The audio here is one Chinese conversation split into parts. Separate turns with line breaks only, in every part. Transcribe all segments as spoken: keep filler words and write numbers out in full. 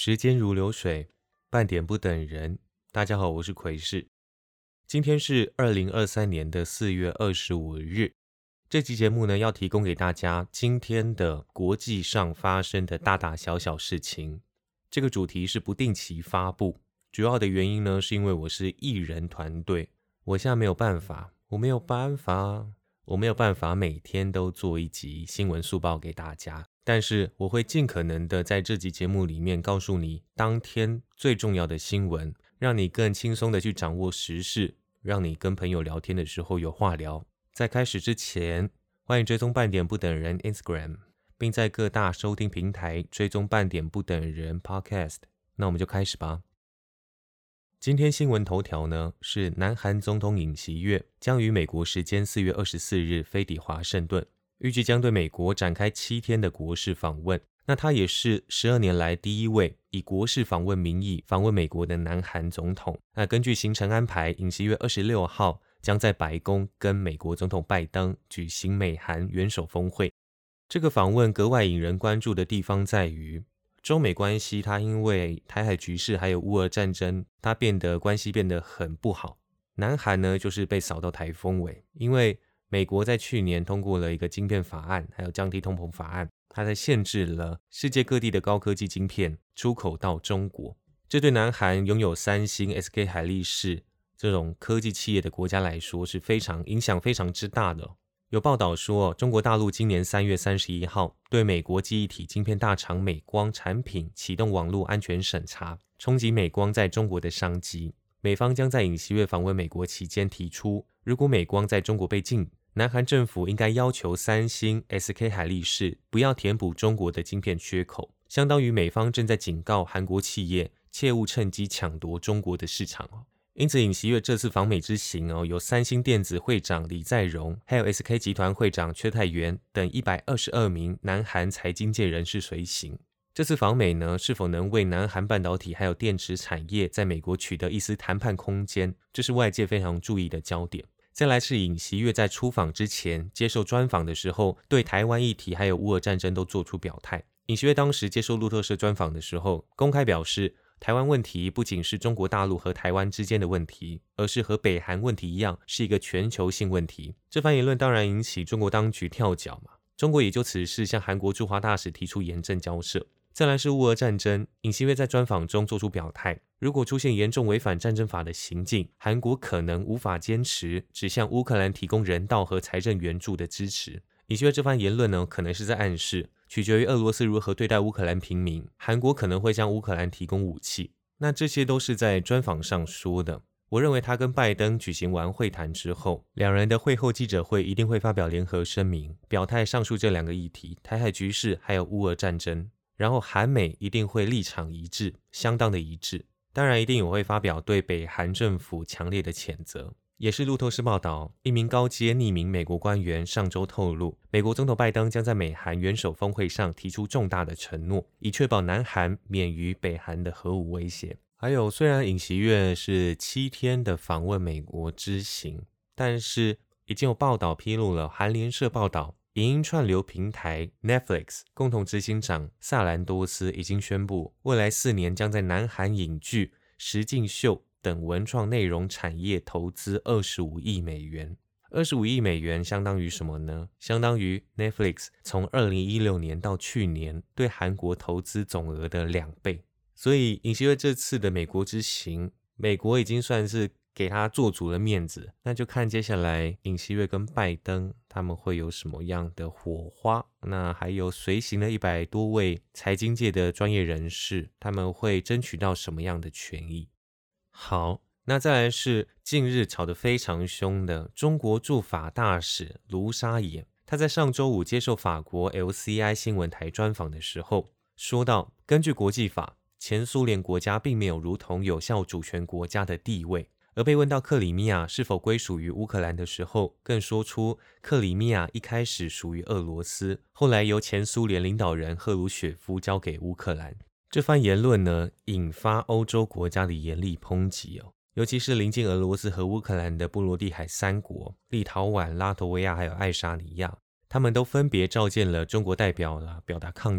时间如流水，半点不等人。大家好，我是奎士。今天是二零二三年的四月二十五日。这期节目呢，要提供给大家今天的国际上发生的大大小小事情。这个主题是不定期发布，主要的原因呢，是因为我是艺人团队，我现在没有办法，我没有办法，我没有办法每天都做一集新闻速报给大家。但是我会尽可能的在这集节目里面告诉你当天最重要的新闻，让你更轻松的去掌握时事，让你跟朋友聊天的时候有话聊。在开始之前，欢迎追踪半点不等人 Instagram， 并在各大收听平台追踪半点不等人 Podcast。 那我们就开始吧。今天新闻头条呢，是南韩总统尹锡悦将于美国时间四月二十四日飞抵华盛顿，预计将对美国展开七天的国事访问。那他也是十二年来第一位以国事访问名义访问美国的南韩总统。那根据行程安排，尹锡悦二十六号将在白宫跟美国总统拜登举行美韩元首峰会。这个访问格外引人关注的地方在于，中美关系它因为台海局势还有乌俄战争，它变得关系变得很不好。南韩呢就是被扫到台风尾，因为美国在去年通过了一个晶片法案，还有降低通膨法案，它在限制了世界各地的高科技晶片出口到中国。这对南韩拥有三星、S K 海力士这种科技企业的国家来说是非常影响非常之大的。有报道说，中国大陆今年三月三十一号对美国记忆体晶片大厂美光产品启动网络安全审查，冲击美光在中国的商机。美方将在尹锡悦访问美国期间提出，如果美光在中国被禁，南韩政府应该要求三星、S K 海力士不要填补中国的晶片缺口，相当于美方正在警告韩国企业切勿趁机抢夺中国的市场。因此尹锡悦这次访美之行、哦、有三星电子会长李在镕，还有 S K 集团会长崔泰元等一百二十二名南韩财经界人士随行。这次访美呢，是否能为南韩半导体还有电池产业在美国取得一丝谈判空间，这是外界非常注意的焦点。再来是尹锡悦在出访之前接受专访的时候，对台湾议题还有乌俄战争都做出表态。尹锡悦当时接受路透社专访的时候，公开表示，台湾问题不仅是中国大陆和台湾之间的问题，而是和北韩问题一样，是一个全球性问题。这番言论当然引起中国当局跳脚嘛，中国也就此事向韩国驻华大使提出严正交涉。再来是乌俄战争，尹锡悦在专访中做出表态，如果出现严重违反战争法的行径，韩国可能无法坚持只向乌克兰提供人道和财政援助的支持。尹锡悦这番言论呢，可能是在暗示，取决于俄罗斯如何对待乌克兰平民，韩国可能会向乌克兰提供武器。那这些都是在专访上说的。我认为他跟拜登举行完会谈之后，两人的会后记者会一定会发表联合声明，表态上述这两个议题，台海局势还有乌俄战争。然后韩美一定会立场一致，相当的一致。当然一定也会发表对北韩政府强烈的谴责。也是路透社报道，一名高阶匿名美国官员上周透露，美国总统拜登将在美韩元首峰会上提出重大的承诺，以确保南韩免于北韩的核武威胁。还有，虽然尹锡悦是七天的访问美国之行，但是已经有报道披露了，韩联社报道，影音串流平台 Netflix 共同执行长萨兰多斯已经宣布，未来四年将在南韩影剧、实境秀等文创内容产业投资二十五亿美元。二十五亿美元相当于什么呢？相当于 Netflix 从二零一六年到去年对韩国投资总额的两倍。所以尹锡悦这次的美国之行，美国已经算是给他做足了面子，那就看接下来尹锡悦跟拜登他们会有什么样的火花。那还有随行的一百多位财经界的专业人士，他们会争取到什么样的权益。好，那再来是近日吵得非常凶的中国驻法大使卢沙野，他在上周五接受法国 L C I 新闻台专访的时候说到，根据国际法，前苏联国家并没有如同有效主权国家的地位。而被问到克里米亚是否归属于乌克兰的时候，更说出克里米亚一开始属于俄罗斯，后来由前苏联领导人赫鲁雪夫交给乌克兰。这番言论呢，引发欧洲国家的严厉抨击哦，尤其是临近俄罗斯和乌克兰的波罗的海三国立陶宛、拉脱维亚还有爱沙尼亚，他们都分别召见了中国代表了，表达抗议哦。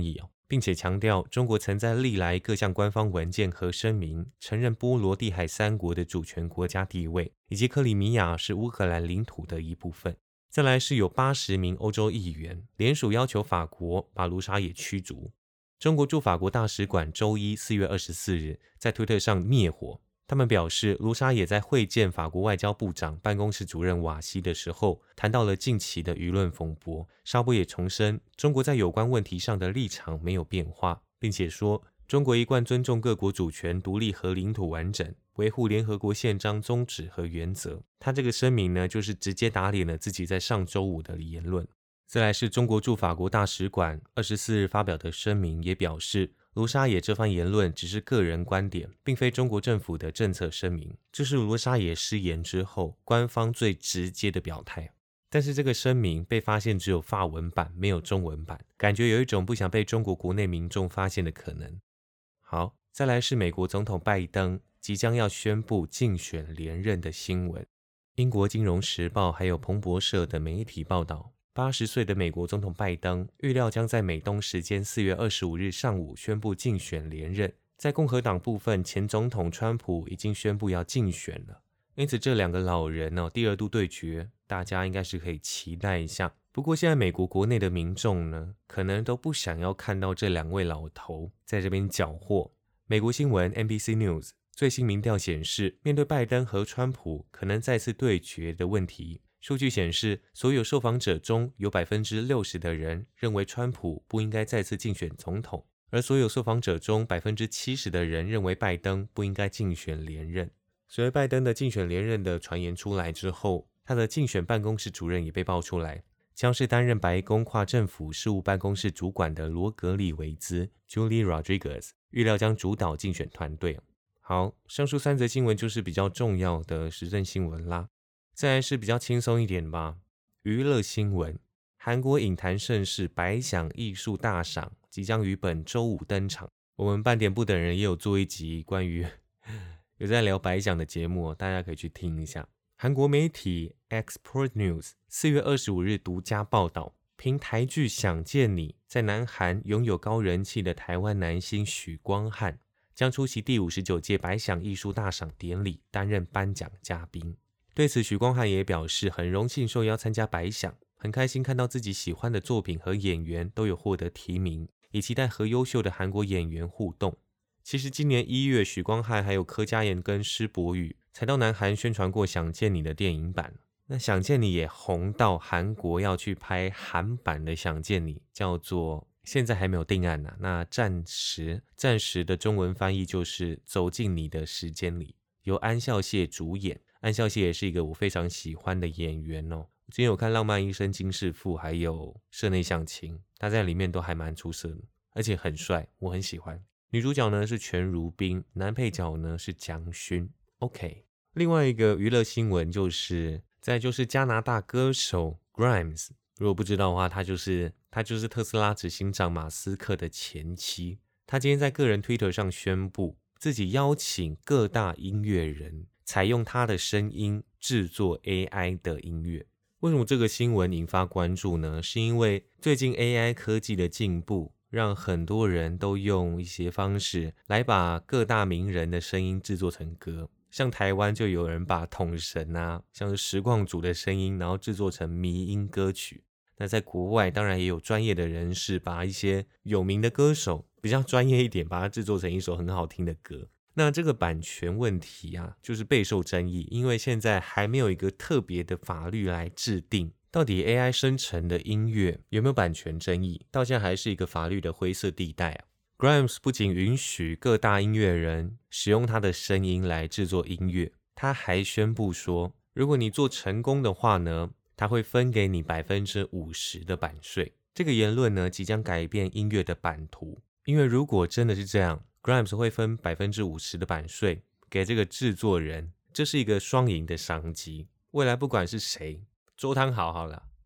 并且强调中国曾在历来各项官方文件和声明承认波罗的海三国的主权国家地位，以及克里米亚是乌克兰领土的一部分。再来是有八十名欧洲议员联署要求法国把卢沙野驱逐。中国驻法国大使馆周一四月二十四日在推特上灭火，他们表示卢沙野在会见法国外交部长办公室主任瓦西的时候，谈到了近期的舆论风波。沙波也重申中国在有关问题上的立场没有变化，并且说中国一贯尊重各国主权、独立和领土完整，维护联合国宪章宗旨和原则。他这个声明呢，就是直接打脸了自己在上周五的言论。再来是中国驻法国大使馆二十四日发表的声明，也表示卢沙野这番言论只是个人观点，并非中国政府的政策声明。这是卢沙野失言之后官方最直接的表态。但是这个声明被发现只有法文版，没有中文版，感觉有一种不想被中国国内民众发现的可能。好，再来是美国总统拜登即将要宣布竞选连任的新闻。英国金融时报还有彭博社等媒体报道，八十岁的美国总统拜登预料将在美东时间四月二十五日上午宣布竞选连任。在共和党部分，前总统川普已经宣布要竞选了，因此这两个老人、哦、第二度对决，大家应该是可以期待一下。不过现在美国国内的民众呢，可能都不想要看到这两位老头在这边搅和。美国新闻 N B C News 最新民调显示，面对拜登和川普可能再次对决的问题，数据显示，所有受访者中有 百分之六十 的人认为川普不应该再次竞选总统，而所有受访者中 百分之七十 的人认为拜登不应该竞选连任。随着拜登的竞选连任的传言出来之后，他的竞选办公室主任也被爆出来，将是担任白宫跨政府事务办公室主管的罗格里维兹 Julie Rodriguez 预料将主导竞选团队。好，上述三则新闻就是比较重要的时政新闻啦。再来是比较轻松一点吧，娱乐新闻。韩国影坛盛事百想艺术大赏即将于本周五登场。我们半点不等人也有做一集关于有在聊百想的节目，大家可以去听一下。韩国媒体 Export News 四月二十五日独家报道，凭台剧《想见你》在南韩拥有高人气的台湾男星许光汉将出席第五十九届百想艺术大赏典礼，担任颁奖嘉宾。对此，许光汉也表示很荣幸受邀参加百想，很开心看到自己喜欢的作品和演员都有获得提名，也期待和优秀的韩国演员互动。其实今年一月，许光汉还有柯佳嬿跟施柏宇才到南韩宣传过《想见你》的电影版。那《想见你》也红到韩国要去拍韩版的《想见你》，叫做现在还没有定案、啊、那暂时暂时的中文翻译就是走进你的时间里，由安孝燮主演。安孝燮也是一个我非常喜欢的演员哦。我之前有看《浪漫医生金师傅》还有《社内相亲》，他在里面都还蛮出色的，而且很帅，我很喜欢。女主角呢是全如冰，男配角呢是蒋勋。 OK， 另外一个娱乐新闻就是再就是加拿大歌手 Grimes， 如果不知道的话，他就是他就是特斯拉执行长马斯克的前妻。他今天在个人 Twitter 上宣布自己邀请各大音乐人采用他的声音制作 A I 的音乐。为什么这个新闻引发关注呢？是因为最近 A I 科技的进步，让很多人都用一些方式来把各大名人的声音制作成歌。像台湾就有人把统神啊，像是实况组的声音，然后制作成迷音歌曲。那在国外当然也有专业的人士把一些有名的歌手比较专业一点，把它制作成一首很好听的歌。那这个版权问题啊，就是备受争议，因为现在还没有一个特别的法律来制定，到底 A I 生成的音乐有没有版权争议，到现在还是一个法律的灰色地带啊。Grimes 不仅允许各大音乐人使用他的声音来制作音乐，他还宣布说，如果你做成功的话呢，他会分给你 百分之五十 的版税。这个言论呢，即将改变音乐的版图，因为如果真的是这样， Grimes 会分 百分之五十 的版税给这个制作人，这是一个双赢的商机。未来不管是谁，周汤豪好了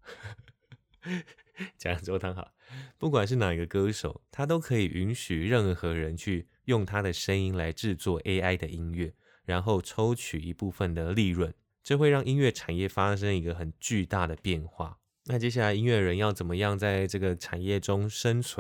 讲周汤豪，不管是哪一个歌手，他都可以允许任何人去用他的声音来制作 A I 的音乐，然后抽取一部分的利润，这会让音乐产业发生一个很巨大的变化。那接下来音乐人要怎么样在这个产业中生存，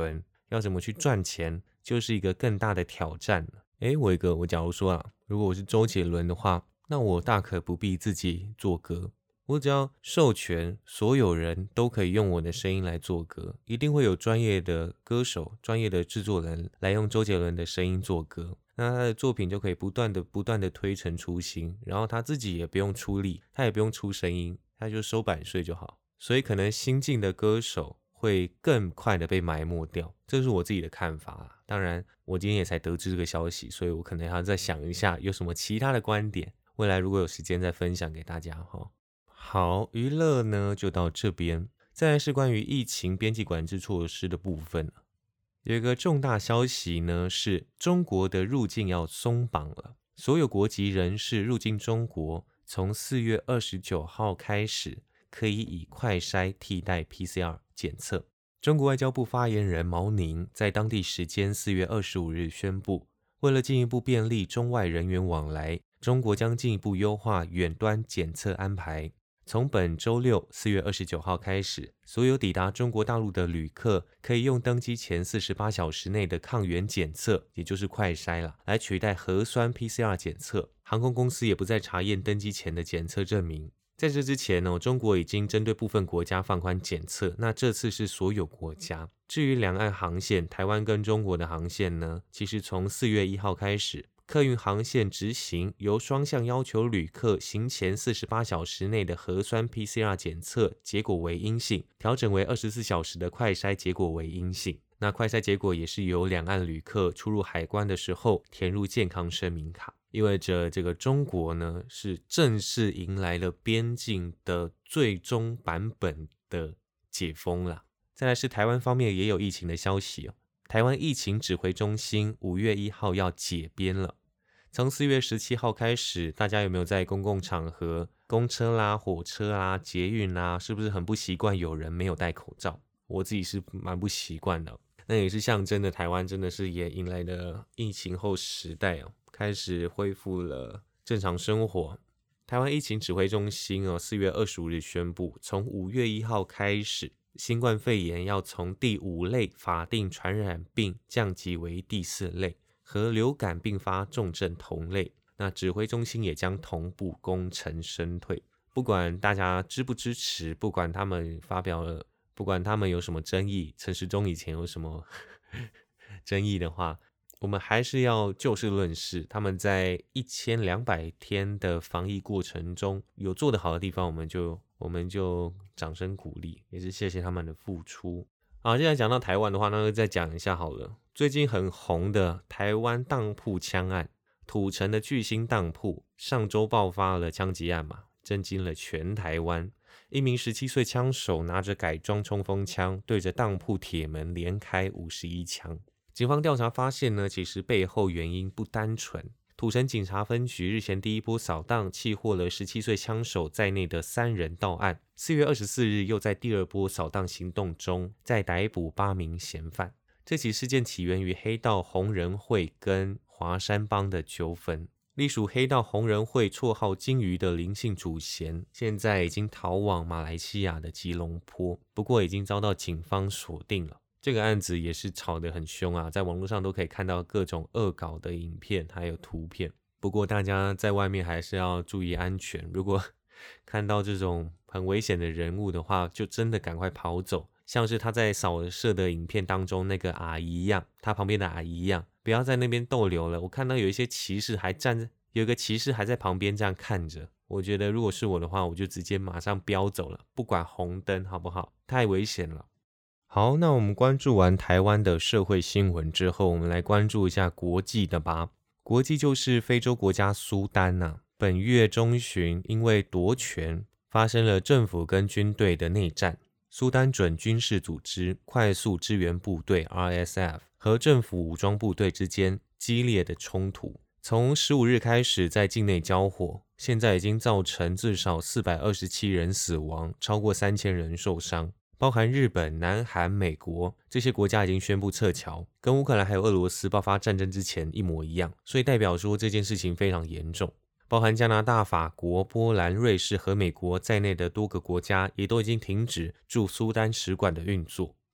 要怎么去赚钱，就是一个更大的挑战了。诶，伟哥，我假如说啊，如果我是周杰伦的话，那我大可不必自己做歌，我只要授权所有人都可以用我的声音来做歌，一定会有专业的歌手、专业的制作人来用周杰伦的声音做歌，那他的作品就可以不断的、不断的推陈出新，然后他自己也不用出力，他也不用出声音，他就收版税就好。所以可能新进的歌手会更快的被埋没掉，这是我自己的看法啦。当然，我今天也才得知这个消息，所以我可能还要再想一下有什么其他的观点，未来如果有时间再分享给大家哈。好，娱乐呢就到这边，再来是关于疫情边际管制措施的部分了。有一个重大消息呢，是中国的入境要松绑了，所有国籍人士入境中国，从四月二十九号开始，可以以快筛替代 P C R 检测。中国外交部发言人毛宁在当地时间四月二十五日宣布，为了进一步便利中外人员往来，中国将进一步优化远端检测安排。从本周六四月二十九号开始，所有抵达中国大陆的旅客可以用登机前四十八小时内的抗原检测，也就是快筛啦，来取代核酸 P C R 检测。航空公司也不再查验登机前的检测证明。在这之前呢、哦，中国已经针对部分国家放宽检测，那这次是所有国家。至于两岸航线，台湾跟中国的航线呢，其实从四月一号开始，客运航线执行由双向要求旅客行前四十八小时内的核酸 P C R 检测结果为阴性，调整为二十四小时的快筛结果为阴性。那快筛结果也是由两岸旅客出入海关的时候填入健康声明卡，意味着这个中国呢是正式迎来了边境的最终版本的解封啦。再来是台湾方面也有疫情的消息哦，台湾疫情指挥中心五月一号要解编了。从四月十七号开始，大家有没有在公共场合、公车啦、火车啦、捷运啦，是不是很不习惯有人没有戴口罩？我自己是蛮不习惯的。那也是象征的台湾真的是也迎来了疫情后时代哦，开始恢复了正常生活。台湾疫情指挥中心哦，四月二十五日宣布，从五月一号开始，新冠肺炎要从第五类法定传染病降级为第四类，和流感并发重症同类。那指挥中心也将同步功成身退，不管大家支不支持，不管他们发表了。不管他们有什么争议，陈时中以前有什么争议的话，我们还是要就事论事。他们在一千两百天的防疫过程中有做得好的地方，我们就我们就掌声鼓励，也是谢谢他们的付出。好，接下来讲到台湾的话，那就再讲一下好了。最近很红的台湾当铺枪案，土城的巨星当铺上周爆发了枪击案嘛，震惊了全台湾。一名十七岁枪手拿着改装冲锋枪，对着当铺铁门连开五十一枪。警方调查发现呢，其实背后原因不单纯。土城警察分局日前第一波扫荡，缉获了十七岁枪手在内的三人到案。四月二十四日又在第二波扫荡行动中，再逮捕八名嫌犯。这起事件起源于黑道红人会跟华山帮的纠纷。隶属黑道红人会绰号金鱼的林姓主嫌，现在已经逃往马来西亚的吉隆坡，不过已经遭到警方锁定了。这个案子也是吵得很凶啊，在网络上都可以看到各种恶搞的影片还有图片。不过大家在外面还是要注意安全，如果看到这种很危险的人物的话，就真的赶快跑走。像是他在扫射的影片当中那个阿姨一样，他旁边的阿姨一样，不要在那边逗留了。我看到有一些骑士还站，有一个骑士还在旁边这样看着。我觉得如果是我的话，我就直接马上飙走了，不管红灯好不好？太危险了。好，那我们关注完台湾的社会新闻之后，我们来关注一下国际的吧。国际就是非洲国家苏丹啊，本月中旬因为夺权发生了政府跟军队的内战。苏丹准军事组织快速支援部队 R S F 和政府武装部队之间激烈的冲突，从十五日开始在境内交火，现在已经造成至少四百二十七人死亡，超过三千人受伤，包含日本、南韩、美国，这些国家已经宣布撤侨，跟乌克兰还有俄罗斯爆发战争之前一模一样，所以代表说这件事情非常严重。包含加拿大、法国、波兰、瑞士和美国在内的多个国家也都已经停止驻苏丹使馆的运作。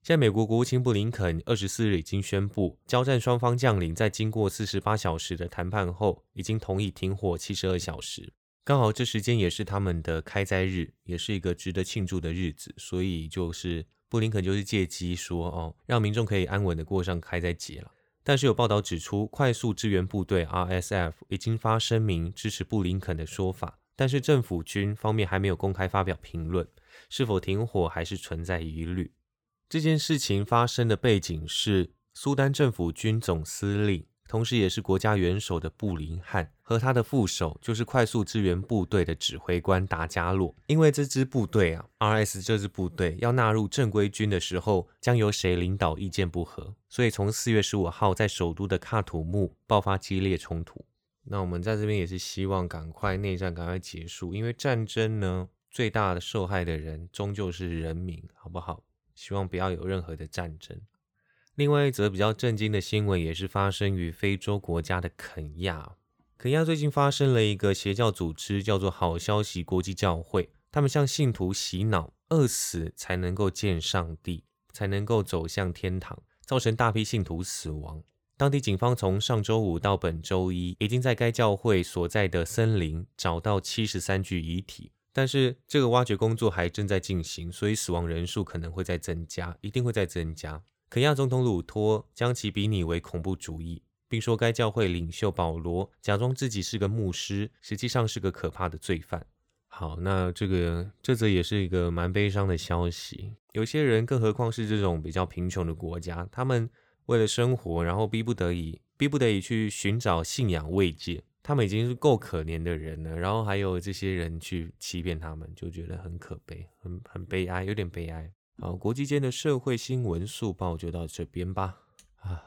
现在美国国务卿布林肯二十四日已经宣布，交战双方将领在经过四十八小时的谈判后，已经同意停火七十二小时。刚好这时间也是他们的开斋日，也是一个值得庆祝的日子，所以就是布林肯就是借机说哦，让民众可以安稳的过上开斋节了。但是有报道指出，快速支援部队 R S F 已经发声明支持布林肯的说法，但是政府军方面还没有公开发表评论，是否停火还是存在疑虑。这件事情发生的背景是，苏丹政府军总司令，同时也是国家元首的布林汉和他的副手，就是快速支援部队的指挥官达加洛，因为这支部队啊 R S 这支部队要纳入正规军的时候，将由谁领导意见不合，所以从四月十五号在首都的喀土穆爆发激烈冲突。那我们在这边也是希望赶快内战赶快结束，因为战争呢，最大的受害的人终究是人民，好不好？希望不要有任何的战争。另外一则比较震惊的新闻也是发生于非洲国家的肯亚。肯亚最近发生了一个邪教组织，叫做好消息国际教会，他们向信徒洗脑，饿死才能够见上帝，才能够走向天堂，造成大批信徒死亡。当地警方从上周五到本周一，已经在该教会所在的森林找到七十三具遗体，但是这个挖掘工作还正在进行，所以死亡人数可能会再增加，一定会再增加。肯亚总统鲁托将其比拟为恐怖主义，并说该教会领袖保罗假装自己是个牧师，实际上是个可怕的罪犯。好，那这个这则也是一个蛮悲伤的消息。有些人，更何况是这种比较贫穷的国家，他们为了生活，然后逼不得已逼不得已去寻找信仰慰藉，他们已经是够可怜的人了，然后还有这些人去欺骗他们，就觉得很可悲，很很悲哀，有点悲哀。好，国际间的社会新闻速报就到这边吧。啊，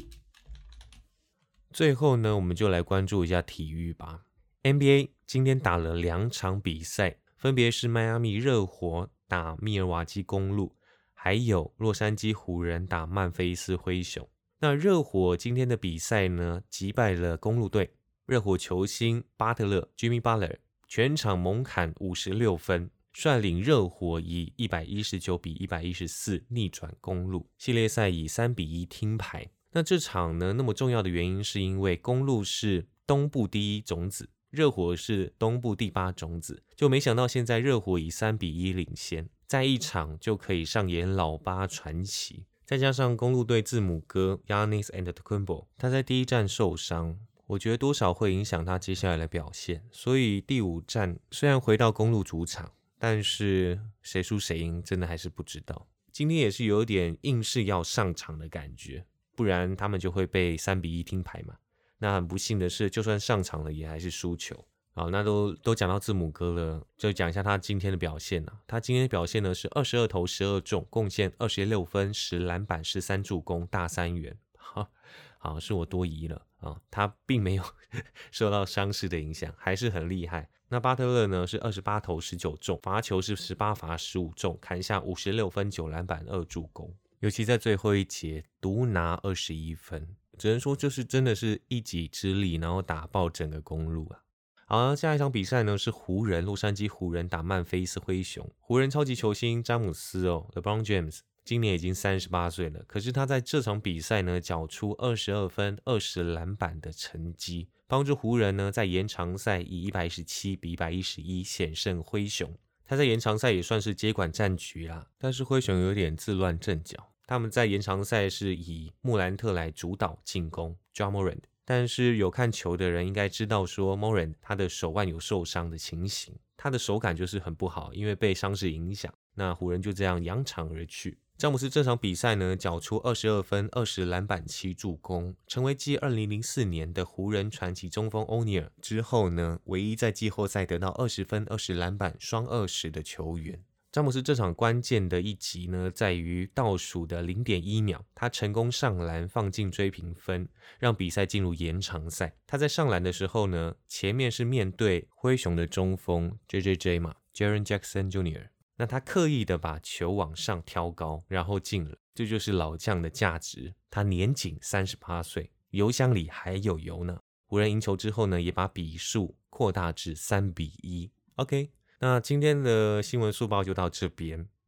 最后呢，我们就来关注一下体育吧。N B A 今天打了两场比赛，分别是迈阿密热火打密尔瓦基公鹿，还有洛杉矶湖人打曼菲斯灰熊。那热火今天的比赛呢，击败了公鹿队，热火球星巴特勒 Jimmy Butler 全场猛砍五十六分，率领热火以一百一十九比一百一十四逆转公鹿，系列赛以三比一听牌。那这场呢，那么重要的原因是因为公鹿是东部第一种子，热火是东部第八种子，就没想到现在热火以三比一领先，在一场就可以上演老八传奇。再加上公鹿队字母哥 Giannis Antetokounmpo 他在第一战受伤，我觉得多少会影响他接下来的表现，所以第五战虽然回到公鹿主场，但是谁输谁赢真的还是不知道。今天也是有点硬是要上场的感觉，不然他们就会被三比一听牌嘛。那很不幸的是，就算上场了也还是输球。好，那都都讲到字母哥了，就讲一下他今天的表现啊。他今天的表现呢是二十二投十二中，贡献二十六分、十篮板、十三助攻，大三元。好，好，是我多疑了啊，他并没有受到伤势的影响，还是很厉害。那巴特勒呢是二十八投十九中，罚球是十八罚十五中，砍下五十六分、九篮板、二助攻。尤其在最后一节独拿二十一分，只能说就是真的是一己之力，然后打爆整个公鹿啊。好，下一场比赛呢是湖人，洛杉矶湖人打曼菲斯灰熊。湖人超级球星詹姆斯哦 ，LeBron James 今年已经三十八岁了，可是他在这场比赛呢缴出二十二分、二十篮板的成绩，帮助湖人呢在延长赛以一百一十七比一百一十一险胜灰熊。他在延长赛也算是接管战局啦，但是灰熊有点自乱阵脚。他们在延长赛是以穆兰特来主导进攻 Ja Morant， 但是有看球的人应该知道说 Morant 他的手腕有受伤的情形，他的手感就是很不好，因为被伤势影响。那湖人就这样扬长而去。詹姆斯这场比赛呢，缴出二十二分、二十篮板、七助攻，成为继二零零四年的湖人传奇中锋欧尼尔之后呢，唯一在季后赛得到二十分、二十篮板、双二十的球员。詹姆斯这场关键的一击呢，在于倒数的 零点一秒，他成功上篮放进追平分，让比赛进入延长赛。他在上篮的时候呢，前面是面对灰熊的中锋 J J J 嘛 Jaren Jackson Junior， 那他刻意的把球往上挑高，然后进了，这就是老将的价值。他年仅三十八岁，油箱里还有油呢。湖人赢球之后呢，也把比数扩大至三比一。OK。那今天的新闻速报就到这边，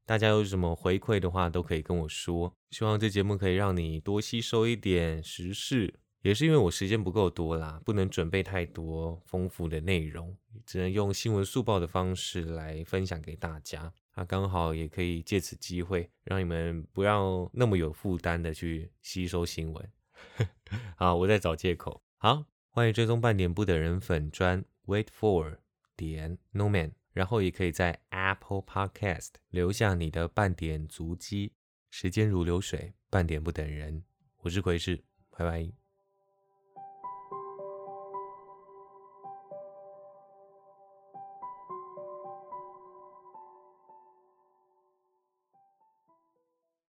大家有什么回馈的话，都可以跟我说。希望这节目可以让你多吸收一点时事，也是因为我时间不够多啦，不能准备太多丰富的内容，只能用新闻速报的方式来分享给大家。那、啊、刚好也可以借此机会，让你们不要那么有负担的去吸收新闻。好，我在找借口。好，欢迎追踪半点不等人粉专 wait for 点 no man， 然后也可以在 Apple Podcast 留下你的半点足迹。时间如流水，半点不等人。我是奎士，拜拜。